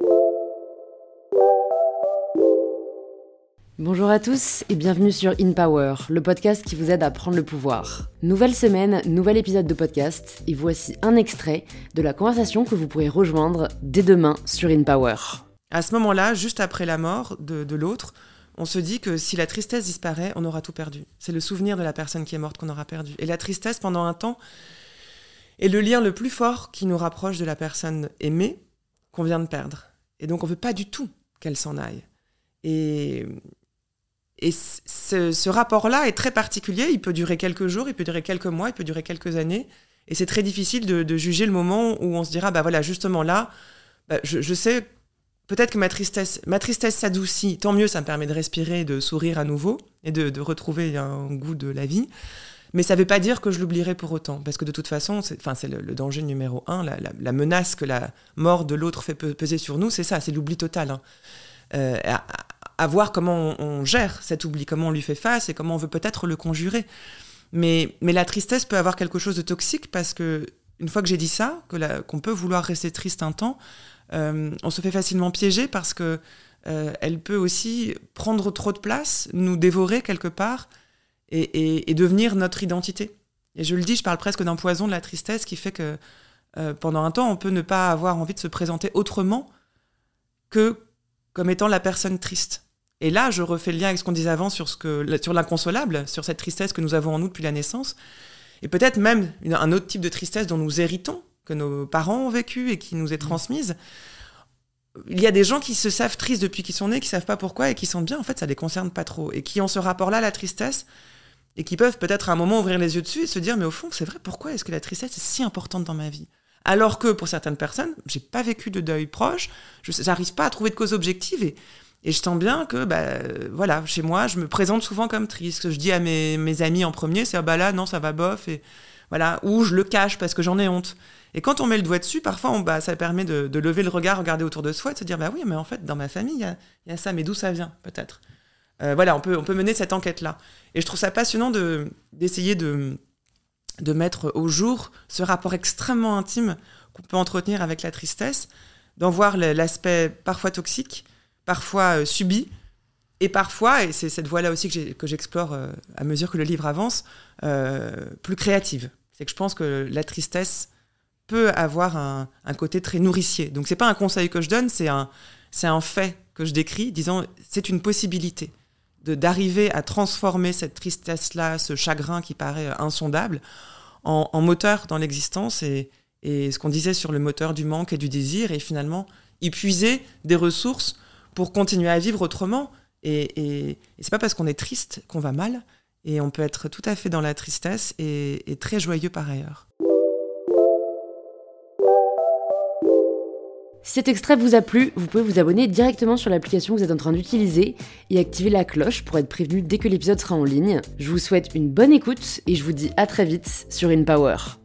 Bonjour à tous et bienvenue sur In Power, le podcast qui vous aide à prendre le pouvoir. Nouvelle semaine, nouvel épisode de podcast et voici un extrait de la conversation que vous pourrez rejoindre dès demain sur In Power. À ce moment-là, juste après la mort de l'autre, on se dit que si la tristesse disparaît, on aura tout perdu. C'est le souvenir de la personne qui est morte qu'on aura perdu. Et la tristesse, pendant un temps, est le lien le plus fort qui nous rapproche de la personne aimée qu'on vient de perdre. Et donc on ne veut pas du tout qu'elle s'en aille. Et ce rapport-là est très particulier, il peut durer quelques jours, il peut durer quelques mois, il peut durer quelques années, et c'est très difficile de juger le moment où on se dira, voilà, justement là, je sais, peut-être que ma tristesse s'adoucit, tant mieux, ça me permet de respirer, de sourire à nouveau, et de retrouver un goût de la vie, mais ça ne veut pas dire que je l'oublierai pour autant, parce que de toute façon, c'est le danger numéro 1, la menace que la mort de l'autre fait peser sur nous, c'est ça, c'est l'oubli total, à voir comment on gère cet oubli, comment on lui fait face et comment on veut peut-être le conjurer. Mais la tristesse peut avoir quelque chose de toxique parce que une fois que j'ai dit ça, qu'on peut vouloir rester triste un temps, on se fait facilement piéger parce que elle peut aussi prendre trop de place, nous dévorer quelque part et devenir notre identité. Et je le dis, je parle presque d'un poison de la tristesse qui fait que pendant un temps, on peut ne pas avoir envie de se présenter autrement que comme étant la personne triste. Et là, je refais le lien avec ce qu'on disait avant sur l'inconsolable, sur cette tristesse que nous avons en nous depuis la naissance, et peut-être même un autre type de tristesse dont nous héritons, que nos parents ont vécu et qui nous est transmise. Il y a des gens qui se savent tristes depuis qu'ils sont nés, qui ne savent pas pourquoi et qui sentent bien, en fait, ça ne les concerne pas trop, et qui ont ce rapport-là à la tristesse, et qui peuvent peut-être à un moment ouvrir les yeux dessus et se dire, mais au fond, c'est vrai, pourquoi est-ce que la tristesse est si importante dans ma vie ? Alors que pour certaines personnes, j'ai pas vécu de deuil proche, j'arrive pas à trouver de cause objective et je sens bien que voilà, chez moi, je me présente souvent comme triste. Ce que je dis à mes amis en premier, c'est là non, ça va bof et voilà, ou je le cache parce que j'en ai honte. Et quand on met le doigt dessus, parfois ça permet de lever le regard, regarder autour de soi et de se dire oui, mais en fait dans ma famille, il y a ça, mais d'où ça vient peut-être. Voilà, on peut mener cette enquête-là. Et je trouve ça passionnant d'essayer de mettre au jour ce rapport extrêmement intime qu'on peut entretenir avec la tristesse, d'en voir l'aspect parfois toxique, parfois subi, et parfois, et c'est cette voie-là aussi que j'explore à mesure que le livre avance, plus créative. C'est que je pense que la tristesse peut avoir un côté très nourricier. Donc c'est pas un conseil que je donne, c'est un fait que je décris, disant c'est une possibilité d'arriver à transformer cette tristesse-là, ce chagrin qui paraît insondable, en moteur dans l'existence et ce qu'on disait sur le moteur du manque et du désir, et finalement y puiser des ressources pour continuer à vivre autrement. Et c'est pas parce qu'on est triste qu'on va mal, et on peut être tout à fait dans la tristesse et très joyeux par ailleurs. Si cet extrait vous a plu, vous pouvez vous abonner directement sur l'application que vous êtes en train d'utiliser et activer la cloche pour être prévenu dès que l'épisode sera en ligne. Je vous souhaite une bonne écoute et je vous dis à très vite sur In Power.